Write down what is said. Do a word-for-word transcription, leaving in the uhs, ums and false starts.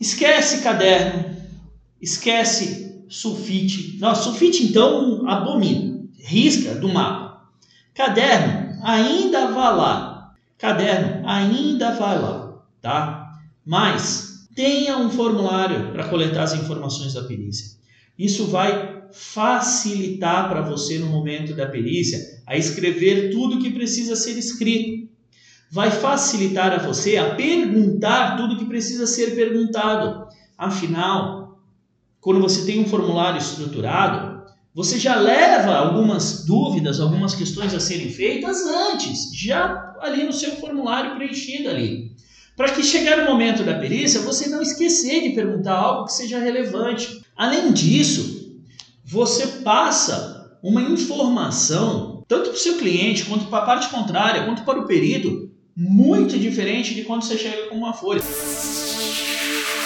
Esquece caderno, esquece sulfite. Não, sulfite então abomina, risca do mapa. Caderno ainda vai lá, caderno ainda vai lá, tá? Mas tenha um formulário para coletar as informações da perícia. Isso vai facilitar para você no momento da perícia a escrever tudo que precisa ser escrito. Vai facilitar a você a perguntar tudo que precisa ser perguntado. Afinal, quando você tem um formulário estruturado, você já leva algumas dúvidas, algumas questões a serem feitas antes, já ali no seu formulário preenchido ali. Para que chegar no momento da perícia, você não esquecer de perguntar algo que seja relevante. Além disso, você passa uma informação, tanto para o seu cliente, quanto para a parte contrária, quanto para o perito, muito diferente de quando você chega com uma folha.